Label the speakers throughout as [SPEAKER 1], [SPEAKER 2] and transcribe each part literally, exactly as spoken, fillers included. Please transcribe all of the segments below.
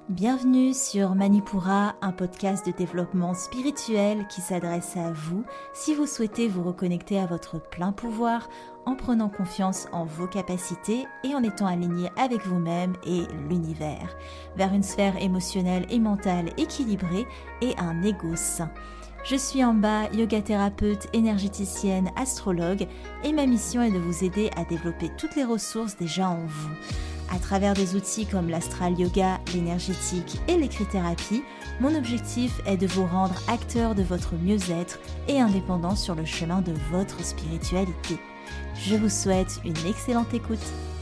[SPEAKER 1] Bienvenue sur Manipura, un podcast de développement spirituel qui s'adresse à vous si vous souhaitez vous reconnecter à votre plein pouvoir en prenant confiance en vos capacités et en étant aligné avec vous-même et l'univers, vers une sphère émotionnelle et mentale équilibrée et un ego sain. Je suis Amba, yoga thérapeute, énergéticienne, astrologue et ma mission est de vous aider à développer toutes les ressources déjà en vous. À travers des outils comme l'astral yoga, l'énergétique et l'écrit-thérapie, mon objectif est de vous rendre acteur de votre mieux-être et indépendant sur le chemin de votre spiritualité. Je vous souhaite une excellente écoute.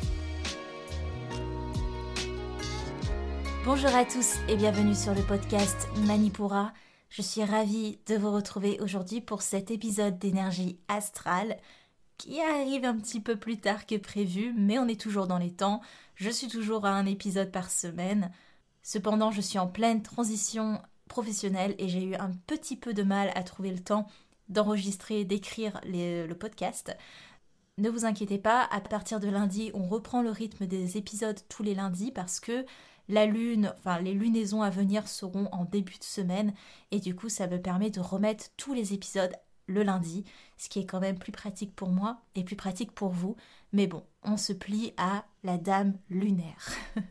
[SPEAKER 1] Bonjour à tous et bienvenue sur le podcast Manipura. Je suis ravie de vous retrouver aujourd'hui pour cet épisode d'énergie astrale qui arrive un petit peu plus tard que prévu, mais on est toujours dans les temps. Je suis toujours à un épisode par semaine. Cependant, je suis en pleine transition professionnelle et j'ai eu un petit peu de mal à trouver le temps d'enregistrer et d'écrire les, le podcast. Ne vous inquiétez pas, à partir de lundi, on reprend le rythme des épisodes tous les lundis parce que la lune, enfin les lunaisons à venir seront en début de semaine et du coup, ça me permet de remettre tous les épisodes le lundi, ce qui est quand même plus pratique pour moi et plus pratique pour vous. Mais bon, on se plie à la dame lunaire.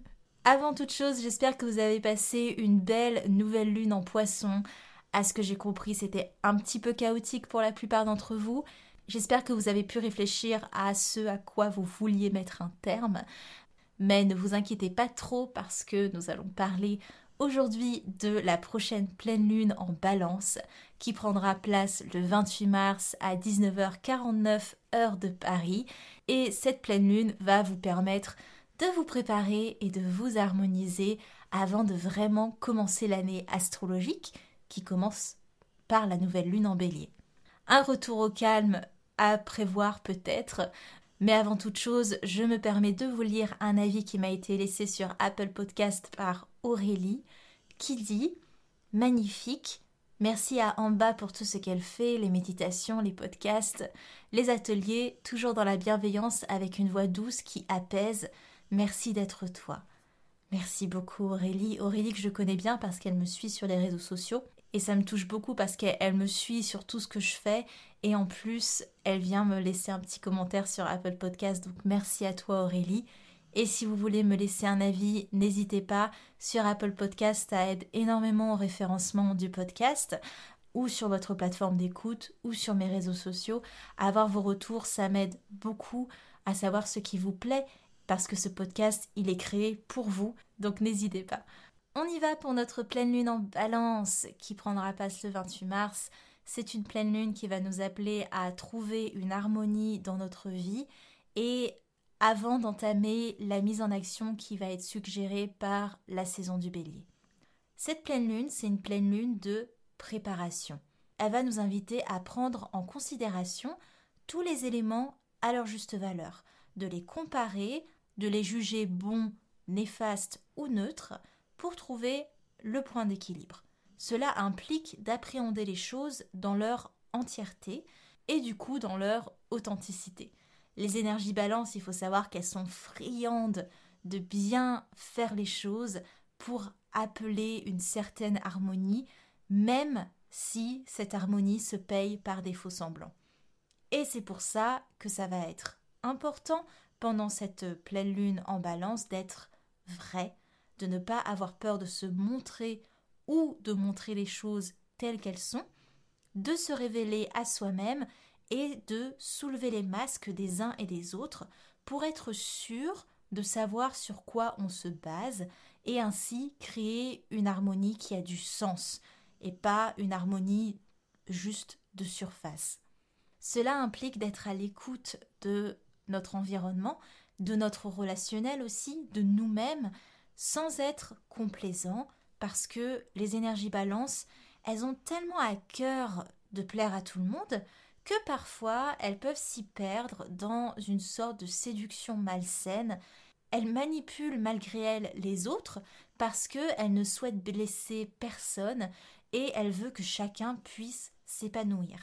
[SPEAKER 1] Avant toute chose, j'espère que vous avez passé une belle nouvelle lune en poisson. À ce que j'ai compris, c'était un petit peu chaotique pour la plupart d'entre vous. J'espère que vous avez pu réfléchir à ce à quoi vous vouliez mettre un terme. Mais ne vous inquiétez pas trop parce que nous allons parler aujourd'hui de la prochaine pleine lune en Balance qui prendra place le vingt-huit mars à dix-neuf heures quarante-neuf heure de Paris. Et cette pleine lune va vous permettre de vous préparer et de vous harmoniser avant de vraiment commencer l'année astrologique qui commence par la nouvelle lune en Bélier. Un retour au calme à prévoir peut-être. Mais avant toute chose, je me permets de vous lire un avis qui m'a été laissé sur Apple Podcast par Aurélie, qui dit « Magnifique, merci à Amba pour tout ce qu'elle fait, les méditations, les podcasts, les ateliers, toujours dans la bienveillance avec une voix douce qui apaise. Merci d'être toi. » Merci beaucoup Aurélie. Aurélie que je connais bien parce qu'elle me suit sur les réseaux sociaux. Et ça me touche beaucoup parce qu'elle me suit sur tout ce que je fais. Et en plus, elle vient me laisser un petit commentaire sur Apple Podcast. Donc merci à toi Aurélie. Et si vous voulez me laisser un avis, n'hésitez pas. Sur Apple Podcast, ça aide énormément au référencement du podcast. Ou sur votre plateforme d'écoute, ou sur mes réseaux sociaux. Avoir vos retours, ça m'aide beaucoup à savoir ce qui vous plaît. Parce que ce podcast, il est créé pour vous. Donc n'hésitez pas. On y va pour notre pleine lune en Balance qui prendra place le vingt-huit mars. C'est une pleine lune qui va nous appeler à trouver une harmonie dans notre vie et avant d'entamer la mise en action qui va être suggérée par la saison du Bélier. Cette pleine lune, c'est une pleine lune de préparation. Elle va nous inviter à prendre en considération tous les éléments à leur juste valeur, de les comparer, de les juger bons, néfastes ou neutres, pour trouver le point d'équilibre. Cela implique d'appréhender les choses dans leur entièreté et du coup dans leur authenticité. Les énergies balance, il faut savoir qu'elles sont friandes de bien faire les choses pour appeler une certaine harmonie, même si cette harmonie se paye par des faux semblants. Et c'est pour ça que ça va être important pendant cette pleine lune en Balance d'être vrai, de ne pas avoir peur de se montrer ou de montrer les choses telles qu'elles sont, de se révéler à soi-même et de soulever les masques des uns et des autres pour être sûr de savoir sur quoi on se base et ainsi créer une harmonie qui a du sens et pas une harmonie juste de surface. Cela implique d'être à l'écoute de notre environnement, de notre relationnel aussi, de nous-mêmes, sans être complaisant, parce que les énergies balance, elles ont tellement à cœur de plaire à tout le monde que parfois elles peuvent s'y perdre dans une sorte de séduction malsaine. Elles manipulent malgré elles les autres parce qu'elles ne souhaitent blesser personne et elles veulent que chacun puisse s'épanouir.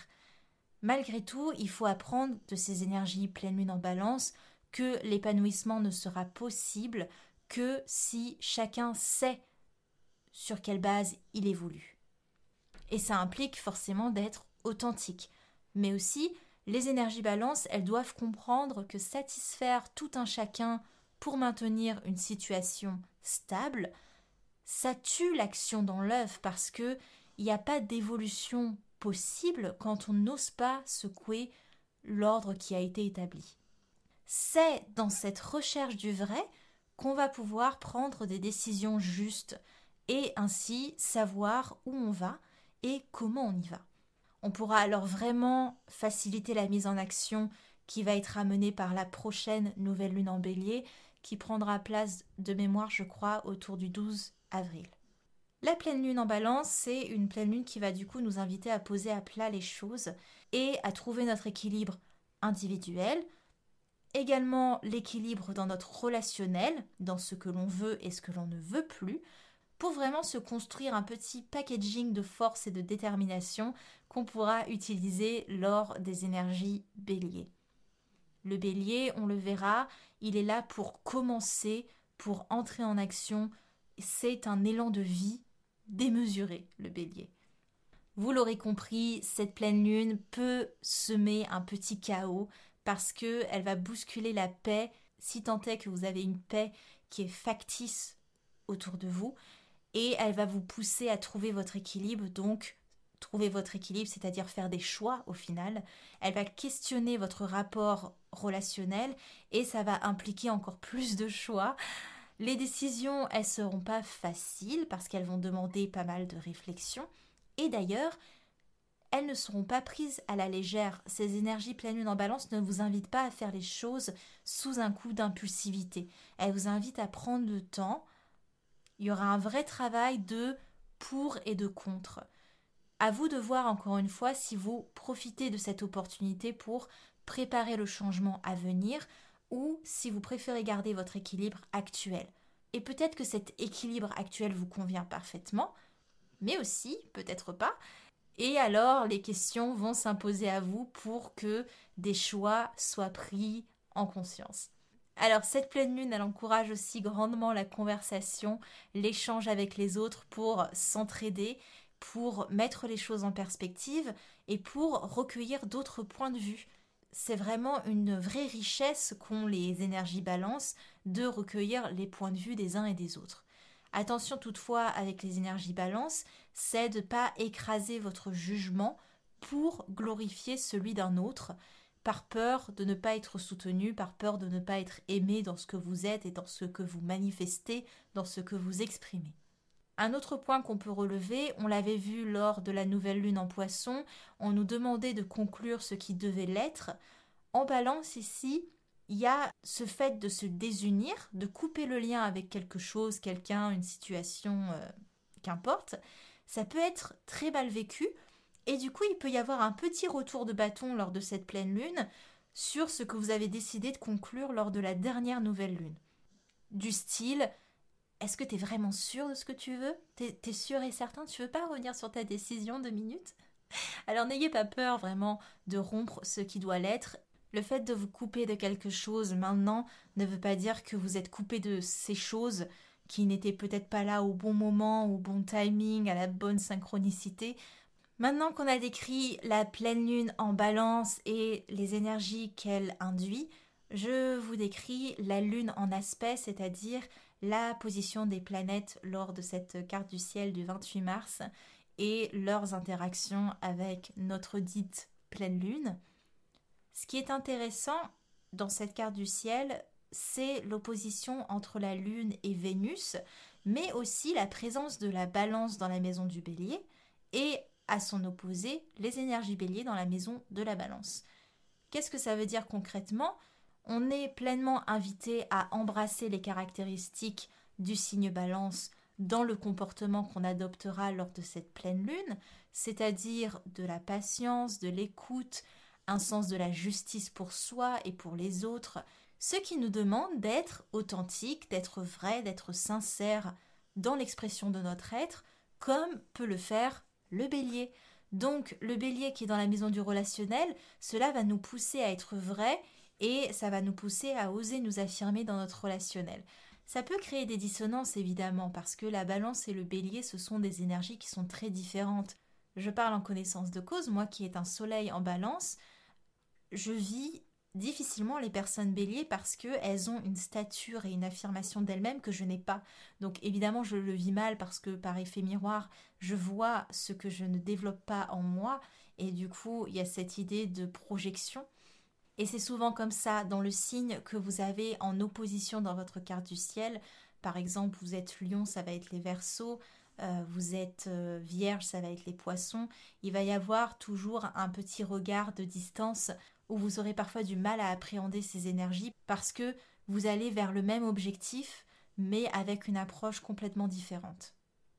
[SPEAKER 1] Malgré tout, il faut apprendre de ces énergies pleine lune en Balance que l'épanouissement ne sera possible que si chacun sait sur quelle base il évolue. Et ça implique forcément d'être authentique. Mais aussi, les énergies balance, elles doivent comprendre que satisfaire tout un chacun pour maintenir une situation stable, ça tue l'action dans l'œuf parce que il n'y a pas d'évolution possible quand on n'ose pas secouer l'ordre qui a été établi. C'est dans cette recherche du vrai qu'on va pouvoir prendre des décisions justes et ainsi savoir où on va et comment on y va. On pourra alors vraiment faciliter la mise en action qui va être amenée par la prochaine nouvelle lune en bélier qui prendra place de mémoire, je crois, autour du douze avril. La pleine lune en balance, c'est une pleine lune qui va du coup nous inviter à poser à plat les choses et à trouver notre équilibre individuel, également l'équilibre dans notre relationnel, dans ce que l'on veut et ce que l'on ne veut plus, pour vraiment se construire un petit packaging de force et de détermination qu'on pourra utiliser lors des énergies bélier. Le bélier, on le verra, il est là pour commencer, pour entrer en action. C'est un élan de vie démesuré, le bélier. Vous l'aurez compris, cette pleine lune peut semer un petit chaos parce qu'elle va bousculer la paix, si tant est que vous avez une paix qui est factice autour de vous, et elle va vous pousser à trouver votre équilibre, donc trouver votre équilibre, c'est-à-dire faire des choix au final. Elle va questionner votre rapport relationnel et ça va impliquer encore plus de choix. Les décisions, elles ne seront pas faciles parce qu'elles vont demander pas mal de réflexion. Et d'ailleurs, elles ne seront pas prises à la légère. Ces énergies pleine lune en balance ne vous invitent pas à faire les choses sous un coup d'impulsivité. Elles vous invitent à prendre le temps. Il y aura un vrai travail de pour et de contre. À vous de voir encore une fois si vous profitez de cette opportunité pour préparer le changement à venir ou si vous préférez garder votre équilibre actuel. Et peut-être que cet équilibre actuel vous convient parfaitement, mais aussi peut-être pas. Et alors les questions vont s'imposer à vous pour que des choix soient pris en conscience. Alors cette pleine lune, elle encourage aussi grandement la conversation, l'échange avec les autres pour s'entraider, pour mettre les choses en perspective et pour recueillir d'autres points de vue. C'est vraiment une vraie richesse qu'ont les énergies balance de recueillir les points de vue des uns et des autres. Attention toutefois avec les énergies balance, c'est de ne pas écraser votre jugement pour glorifier celui d'un autre, par peur de ne pas être soutenu, par peur de ne pas être aimé dans ce que vous êtes et dans ce que vous manifestez, dans ce que vous exprimez. Un autre point qu'on peut relever, on l'avait vu lors de la nouvelle lune en poisson, on nous demandait de conclure ce qui devait l'être. En balance ici, il y a ce fait de se désunir, de couper le lien avec quelque chose, quelqu'un, une situation, euh, qu'importe. Ça peut être très mal vécu et du coup il peut y avoir un petit retour de bâton lors de cette pleine lune sur ce que vous avez décidé de conclure lors de la dernière nouvelle lune. Du style... Est-ce que tu es vraiment sûr de ce que tu veux ? T'es, t'es sûr et certain ? Tu veux pas revenir sur ta décision deux minutes ? Alors n'ayez pas peur vraiment de rompre ce qui doit l'être. Le fait de vous couper de quelque chose maintenant ne veut pas dire que vous êtes coupé de ces choses qui n'étaient peut-être pas là au bon moment, au bon timing, à la bonne synchronicité. Maintenant qu'on a décrit la pleine lune en balance et les énergies qu'elle induit, je vous décris la lune en aspect, c'est-à-dire la position des planètes lors de cette carte du ciel du vingt-huit mars et leurs interactions avec notre dite pleine lune. Ce qui est intéressant dans cette carte du ciel, c'est l'opposition entre la lune et Vénus, mais aussi la présence de la balance dans la maison du bélier et à son opposé, les énergies bélier dans la maison de la balance. Qu'est-ce que ça veut dire concrètement ? On est pleinement invité à embrasser les caractéristiques du signe balance dans le comportement qu'on adoptera lors de cette pleine lune, c'est-à-dire de la patience, de l'écoute, un sens de la justice pour soi et pour les autres, ce qui nous demande d'être authentique, d'être vrai, d'être sincère dans l'expression de notre être, comme peut le faire le bélier. Donc le bélier qui est dans la maison du relationnel, cela va nous pousser à être vrai et ça va nous pousser à oser nous affirmer dans notre relationnel. Ça peut créer des dissonances évidemment parce que la balance et le bélier ce sont des énergies qui sont très différentes. Je parle en connaissance de cause, moi qui est un soleil en balance, je vis difficilement les personnes béliers parce qu'elles ont une stature et une affirmation d'elles-mêmes que je n'ai pas. Donc évidemment je le vis mal parce que par effet miroir, je vois ce que je ne développe pas en moi et du coup il y a cette idée de projection. Et c'est souvent comme ça dans le signe que vous avez en opposition dans votre carte du ciel. Par exemple, vous êtes lion, ça va être les Verseaux, euh, vous êtes euh, vierge, ça va être les poissons. Il va y avoir toujours un petit regard de distance où vous aurez parfois du mal à appréhender ces énergies parce que vous allez vers le même objectif mais avec une approche complètement différente.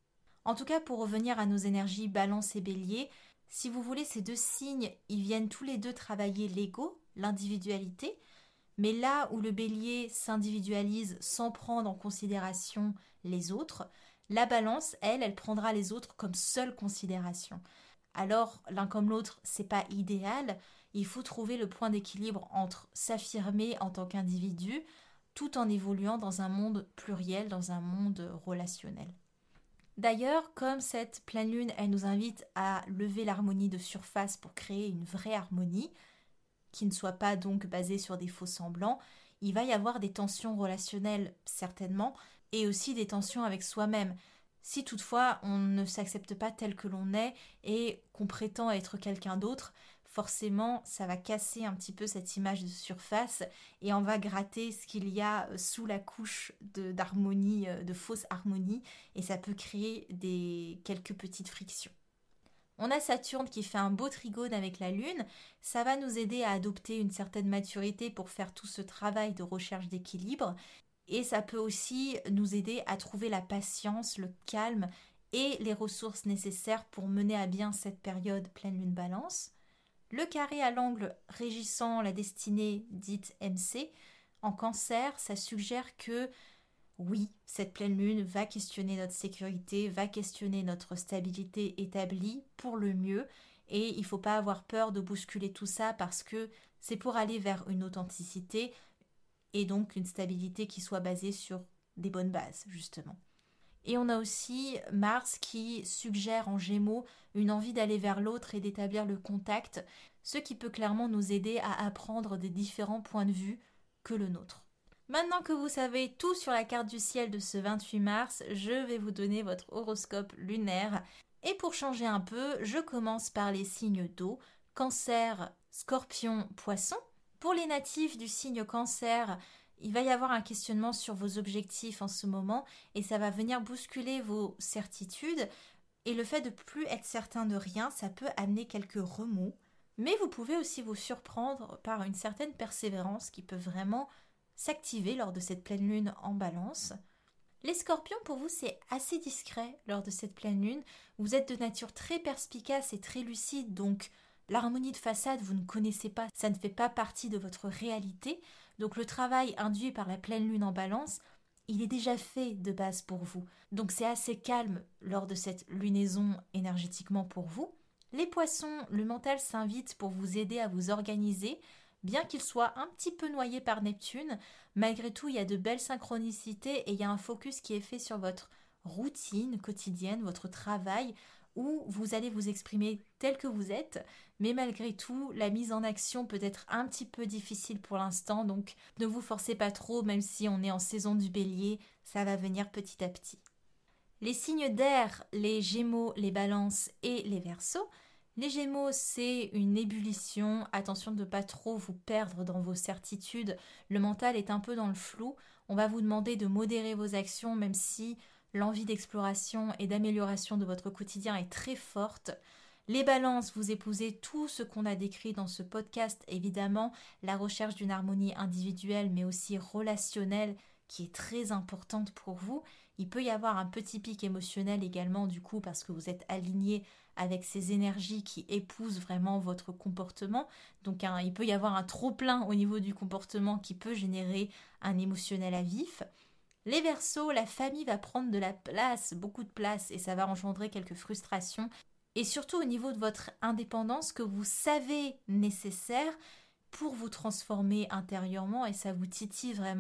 [SPEAKER 1] En tout cas, pour revenir à nos énergies balance et bélier, si vous voulez, ces deux signes, ils viennent tous les deux travailler l'ego, l'individualité, mais là où le bélier s'individualise sans prendre en considération les autres, la balance, elle, elle prendra les autres comme seule considération. Alors, l'un comme l'autre, c'est pas idéal, il faut trouver le point d'équilibre entre s'affirmer en tant qu'individu, tout en évoluant dans un monde pluriel, dans un monde relationnel. D'ailleurs, comme cette pleine lune, elle nous invite à lever l'harmonie de surface pour créer une vraie harmonie, qui ne soit pas donc basée sur des faux semblants, il va y avoir des tensions relationnelles certainement, et aussi des tensions avec soi-même. Si toutefois on ne s'accepte pas tel que l'on est et qu'on prétend être quelqu'un d'autre, forcément ça va casser un petit peu cette image de surface et on va gratter ce qu'il y a sous la couche de, d'harmonie, de fausse harmonie, et ça peut créer des, quelques petites frictions. On a Saturne qui fait un beau trigone avec la Lune, ça va nous aider à adopter une certaine maturité pour faire tout ce travail de recherche d'équilibre, et ça peut aussi nous aider à trouver la patience, le calme et les ressources nécessaires pour mener à bien cette période pleine lune balance. Le carré à l'angle régissant la destinée dite M C, en Cancer, ça suggère que oui, cette pleine lune va questionner notre sécurité, va questionner notre stabilité établie pour le mieux, et il ne faut pas avoir peur de bousculer tout ça parce que c'est pour aller vers une authenticité et donc une stabilité qui soit basée sur des bonnes bases, justement. Et on a aussi Mars qui suggère en Gémeaux une envie d'aller vers l'autre et d'établir le contact, ce qui peut clairement nous aider à apprendre des différents points de vue que le nôtre. Maintenant que vous savez tout sur la carte du ciel de ce vingt-huit mars, je vais vous donner votre horoscope lunaire. Et pour changer un peu, je commence par les signes d'eau, Cancer, Scorpion, Poisson. Pour les natifs du signe Cancer, il va y avoir un questionnement sur vos objectifs en ce moment et ça va venir bousculer vos certitudes. Et le fait de plus être certain de rien, ça peut amener quelques remous. Mais vous pouvez aussi vous surprendre par une certaine persévérance qui peut vraiment s'activer lors de cette pleine lune en balance. Les scorpions, pour vous, c'est assez discret lors de cette pleine lune. Vous êtes de nature très perspicace et très lucide, donc l'harmonie de façade, vous ne connaissez pas, ça ne fait pas partie de votre réalité. Donc le travail induit par la pleine lune en balance, il est déjà fait de base pour vous. Donc c'est assez calme lors de cette lunaison énergétiquement pour vous. Les poissons, le mental s'invite pour vous aider à vous organiser. Bien qu'il soit un petit peu noyé par Neptune, malgré tout, il y a de belles synchronicités et il y a un focus qui est fait sur votre routine quotidienne, votre travail, où vous allez vous exprimer tel que vous êtes, mais malgré tout, la mise en action peut être un petit peu difficile pour l'instant, donc ne vous forcez pas trop, même si on est en saison du bélier, ça va venir petit à petit. Les signes d'air, les Gémeaux, les Balances et les Verseaux. Les Gémeaux, c'est une ébullition, attention de ne pas trop vous perdre dans vos certitudes, le mental est un peu dans le flou, on va vous demander de modérer vos actions même si l'envie d'exploration et d'amélioration de votre quotidien est très forte. Les Balances, vous épousez tout ce qu'on a décrit dans ce podcast, évidemment, la recherche d'une harmonie individuelle mais aussi relationnelle qui est très importante pour vous. Il peut y avoir un petit pic émotionnel également du coup parce que vous êtes aligné avec ces énergies qui épousent vraiment votre comportement. Donc hein, il peut y avoir un trop-plein au niveau du comportement qui peut générer un émotionnel à vif. Les Verseaux, la famille va prendre de la place, beaucoup de place, et ça va engendrer quelques frustrations. Et surtout au niveau de votre indépendance que vous savez nécessaire pour vous transformer intérieurement, et ça vous titille vraiment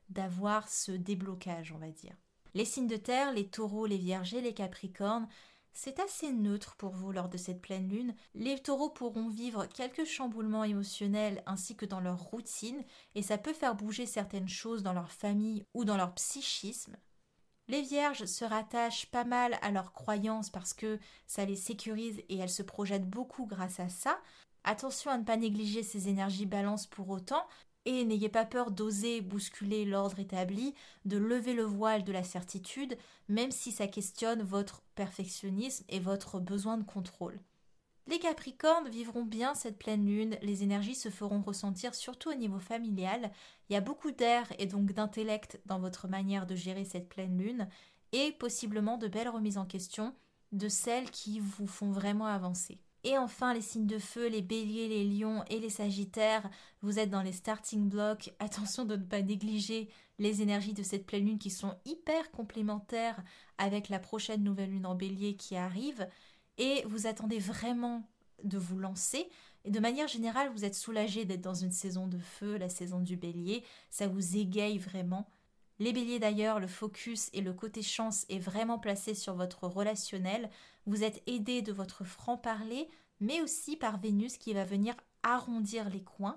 [SPEAKER 1] d'avoir ce déblocage, on va dire. Les signes de terre, les taureaux, les vierges et les capricornes, c'est assez neutre pour vous lors de cette pleine lune. Les taureaux pourront vivre quelques chamboulements émotionnels ainsi que dans leur routine et ça peut faire bouger certaines choses dans leur famille ou dans leur psychisme. Les vierges se rattachent pas mal à leurs croyances parce que ça les sécurise et elles se projettent beaucoup grâce à ça. Attention à ne pas négliger ces énergies balance pour autant. Et n'ayez pas peur d'oser bousculer l'ordre établi, de lever le voile de la certitude, même si ça questionne votre perfectionnisme et votre besoin de contrôle. Les Capricornes vivront bien cette pleine lune, les énergies se feront ressentir surtout au niveau familial. Il y a beaucoup d'air et donc d'intellect dans votre manière de gérer cette pleine lune, et possiblement de belles remises en question de celles qui vous font vraiment avancer. Et enfin, les signes de feu, les béliers, les lions et les sagittaires, vous êtes dans les starting blocks. Attention de ne pas négliger les énergies de cette pleine lune qui sont hyper complémentaires avec la prochaine nouvelle lune en bélier qui arrive. Et vous attendez vraiment de vous lancer. Et de manière générale, vous êtes soulagé d'être dans une saison de feu, la saison du bélier. Ça vous égaye vraiment. Les béliers d'ailleurs, le focus et le côté chance est vraiment placé sur votre relationnel. Vous êtes aidé de votre franc-parler, mais aussi par Vénus qui va venir arrondir les coins.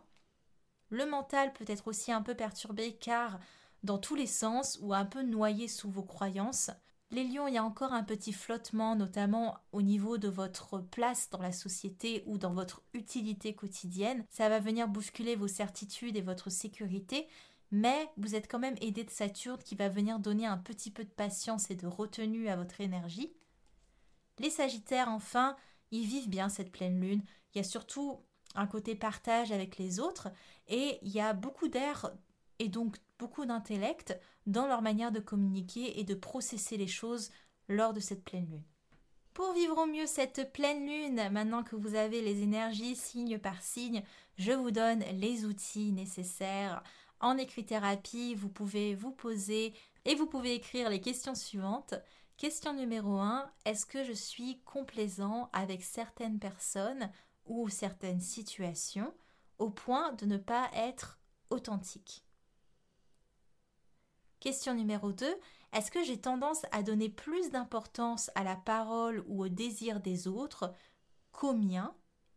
[SPEAKER 1] Le mental peut être aussi un peu perturbé car dans tous les sens ou un peu noyé sous vos croyances. Les lions, il y a encore un petit flottement, notamment au niveau de votre place dans la société ou dans votre utilité quotidienne. Ça va venir bousculer vos certitudes et votre sécurité. Mais vous êtes quand même aidé de Saturne qui va venir donner un petit peu de patience et de retenue à votre énergie. Les Sagittaires, enfin, ils vivent bien cette pleine lune. Il y a surtout un côté partage avec les autres et il y a beaucoup d'air et donc beaucoup d'intellect dans leur manière de communiquer et de processer les choses lors de cette pleine lune. Pour vivre au mieux cette pleine lune, maintenant que vous avez les énergies signe par signe, je vous donne les outils nécessaires. En écrit-thérapie, vous pouvez vous poser et vous pouvez écrire les questions suivantes. Question numéro un, est-ce que je suis complaisant avec certaines personnes ou certaines situations au point de ne pas être authentique? Question numéro deux, est-ce que j'ai tendance à donner plus d'importance à la parole ou au désir des autres qu'au mien?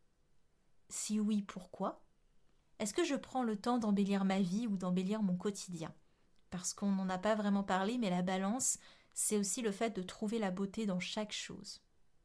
[SPEAKER 1] Si oui, pourquoi? Est-ce que je prends le temps d'embellir ma vie ou d'embellir mon quotidien? Parce qu'on n'en a pas vraiment parlé, mais la balance, c'est aussi le fait de trouver la beauté dans chaque chose.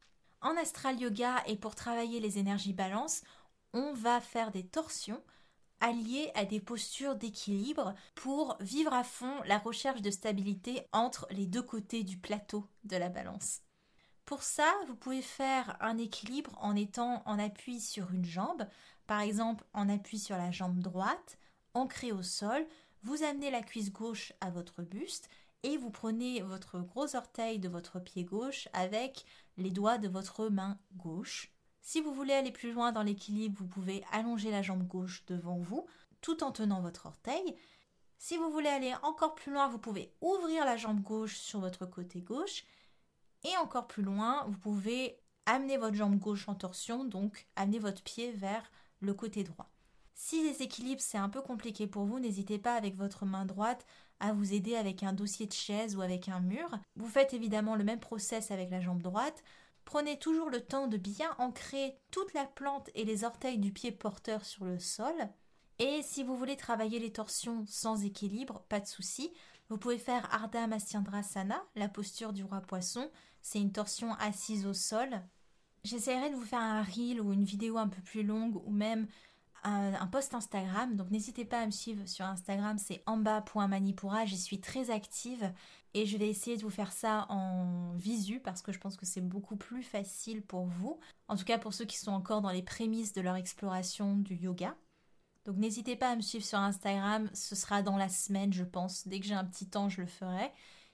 [SPEAKER 1] En astral yoga et pour travailler les énergies balance, on va faire des torsions alliées à des postures d'équilibre pour vivre à fond la recherche de stabilité entre les deux côtés du plateau de la balance. Pour ça, vous pouvez faire un équilibre en étant en appui sur une jambe, par exemple en appui sur la jambe droite, ancré au sol, vous amenez la cuisse gauche à votre buste et vous prenez votre gros orteil de votre pied gauche avec les doigts de votre main gauche. Si vous voulez aller plus loin dans l'équilibre, vous pouvez allonger la jambe gauche devant vous tout en tenant votre orteil. Si vous voulez aller encore plus loin, vous pouvez ouvrir la jambe gauche sur votre côté gauche. Et encore plus loin, vous pouvez amener votre jambe gauche en torsion, donc amener votre pied vers le côté droit. Si les équilibres c'est un peu compliqué pour vous, n'hésitez pas avec votre main droite à vous aider avec un dossier de chaise ou avec un mur. Vous faites évidemment le même process avec la jambe droite. Prenez toujours le temps de bien ancrer toute la plante et les orteils du pied porteur sur le sol. Et si vous voulez travailler les torsions sans équilibre, pas de souci. Vous pouvez faire Ardha Matsyendrasana, la posture du roi poisson. C'est une torsion assise au sol. J'essaierai de vous faire un reel ou une vidéo un peu plus longue ou même un, un post Instagram. Donc n'hésitez pas à me suivre sur Instagram, c'est amba point manipura. J'y suis très active et je vais essayer de vous faire ça en visu parce que je pense que c'est beaucoup plus facile pour vous. En tout cas pour ceux qui sont encore dans les prémices de leur exploration du yoga. Donc n'hésitez pas à me suivre sur Instagram, ce sera dans la semaine je pense. Dès que j'ai un petit temps je le ferai.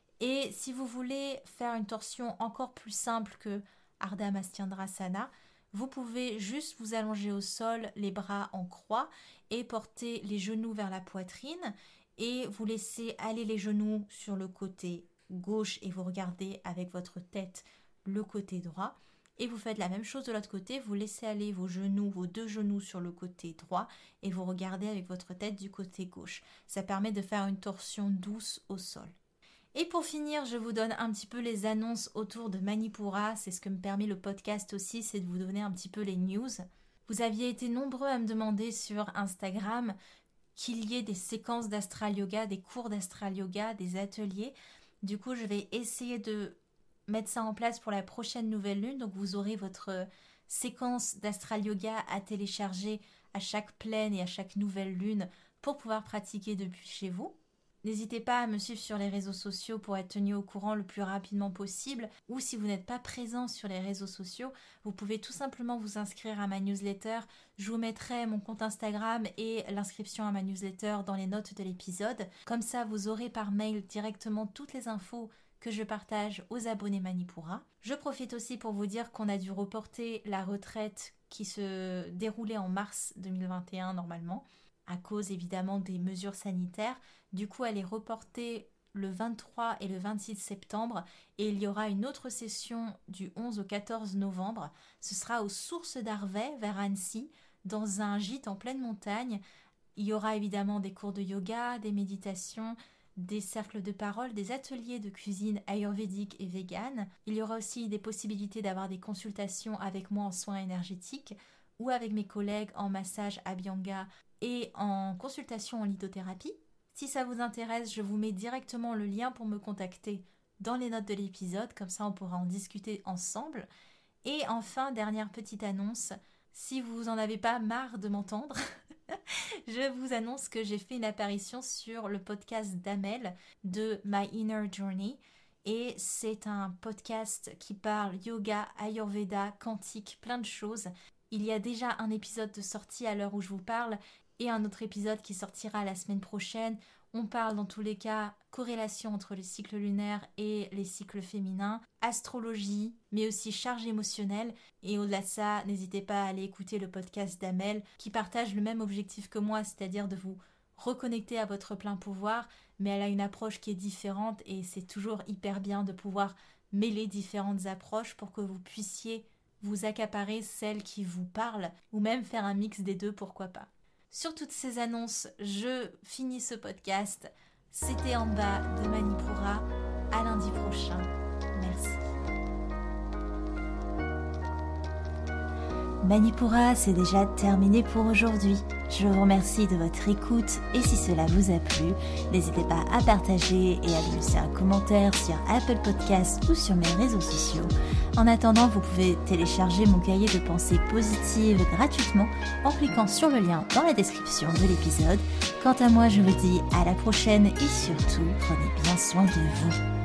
[SPEAKER 1] Et si vous voulez faire une torsion encore plus simple que Ardha Matsyendrasana, vous pouvez juste vous allonger au sol, les bras en croix et porter les genoux vers la poitrine et vous laissez aller les genoux sur le côté gauche et vous regardez avec votre tête le côté droit. Et vous faites la même chose de l'autre côté, vous laissez aller vos genoux, vos deux genoux sur le côté droit et vous regardez avec votre tête du côté gauche. Ça permet de faire une torsion douce au sol. Et pour finir, je vous donne un petit peu les annonces autour de Manipura. C'est ce que me permet le podcast aussi, c'est de vous donner un petit peu les news. Vous aviez été nombreux à me demander sur Instagram qu'il y ait des séquences d'astral yoga, des cours d'astral yoga, des ateliers. Du coup, je vais essayer de mettre ça en place pour la prochaine nouvelle lune. Donc, vous aurez votre séquence d'astral yoga à télécharger à chaque pleine et à chaque nouvelle lune pour pouvoir pratiquer depuis chez vous. N'hésitez pas à me suivre sur les réseaux sociaux pour être tenu au courant le plus rapidement possible. Ou si vous n'êtes pas présent sur les réseaux sociaux, vous pouvez tout simplement vous inscrire à ma newsletter. Je vous mettrai mon compte Instagram et l'inscription à ma newsletter dans les notes de l'épisode. Comme ça, vous aurez par mail directement toutes les infos que je partage aux abonnés Manipura. Je profite aussi pour vous dire qu'on a dû reporter la retraite qui se déroulait en mars deux mille vingt et un normalement, à cause évidemment des mesures sanitaires. Du coup, elle est reportée le vingt-trois et le vingt-six septembre et il y aura une autre session du onze au quatorze novembre. Ce sera aux Sources d'Arvey, vers Annecy, dans un gîte en pleine montagne. Il y aura évidemment des cours de yoga, des méditations, des cercles de parole, des ateliers de cuisine ayurvédique et vegan. Il y aura aussi des possibilités d'avoir des consultations avec moi en soins énergétiques ou avec mes collègues en massage Abhyanga et en consultation en lithothérapie. Si ça vous intéresse, je vous mets directement le lien pour me contacter dans les notes de l'épisode, comme ça on pourra en discuter ensemble. Et enfin, dernière petite annonce, si vous en avez pas marre de m'entendre, je vous annonce que j'ai fait une apparition sur le podcast d'Amel de My Inner Journey. Et c'est un podcast qui parle yoga, ayurveda, quantique, plein de choses. Il y a déjà un épisode de sortie à l'heure où je vous parle et un autre épisode qui sortira la semaine prochaine. On parle dans tous les cas corrélation entre les cycles lunaires et les cycles féminins, astrologie, mais aussi charge émotionnelle. Et au-delà de ça, n'hésitez pas à aller écouter le podcast d'Amel qui partage le même objectif que moi, c'est-à-dire de vous reconnecter à votre plein pouvoir, mais elle a une approche qui est différente et c'est toujours hyper bien de pouvoir mêler différentes approches pour que vous puissiez vous accaparer celle qui vous parle ou même faire un mix des deux, pourquoi pas. Sur toutes ces annonces, je finis ce podcast. C'était en bas de Manipura. À lundi prochain. Merci. Manipura, c'est déjà terminé pour aujourd'hui. Je vous remercie de votre écoute et si cela vous a plu, n'hésitez pas à partager et à me laisser un commentaire sur Apple Podcasts ou sur mes réseaux sociaux. En attendant, vous pouvez télécharger mon cahier de pensées positives gratuitement en cliquant sur le lien dans la description de l'épisode. Quant à moi, je vous dis à la prochaine et surtout, prenez bien soin de vous.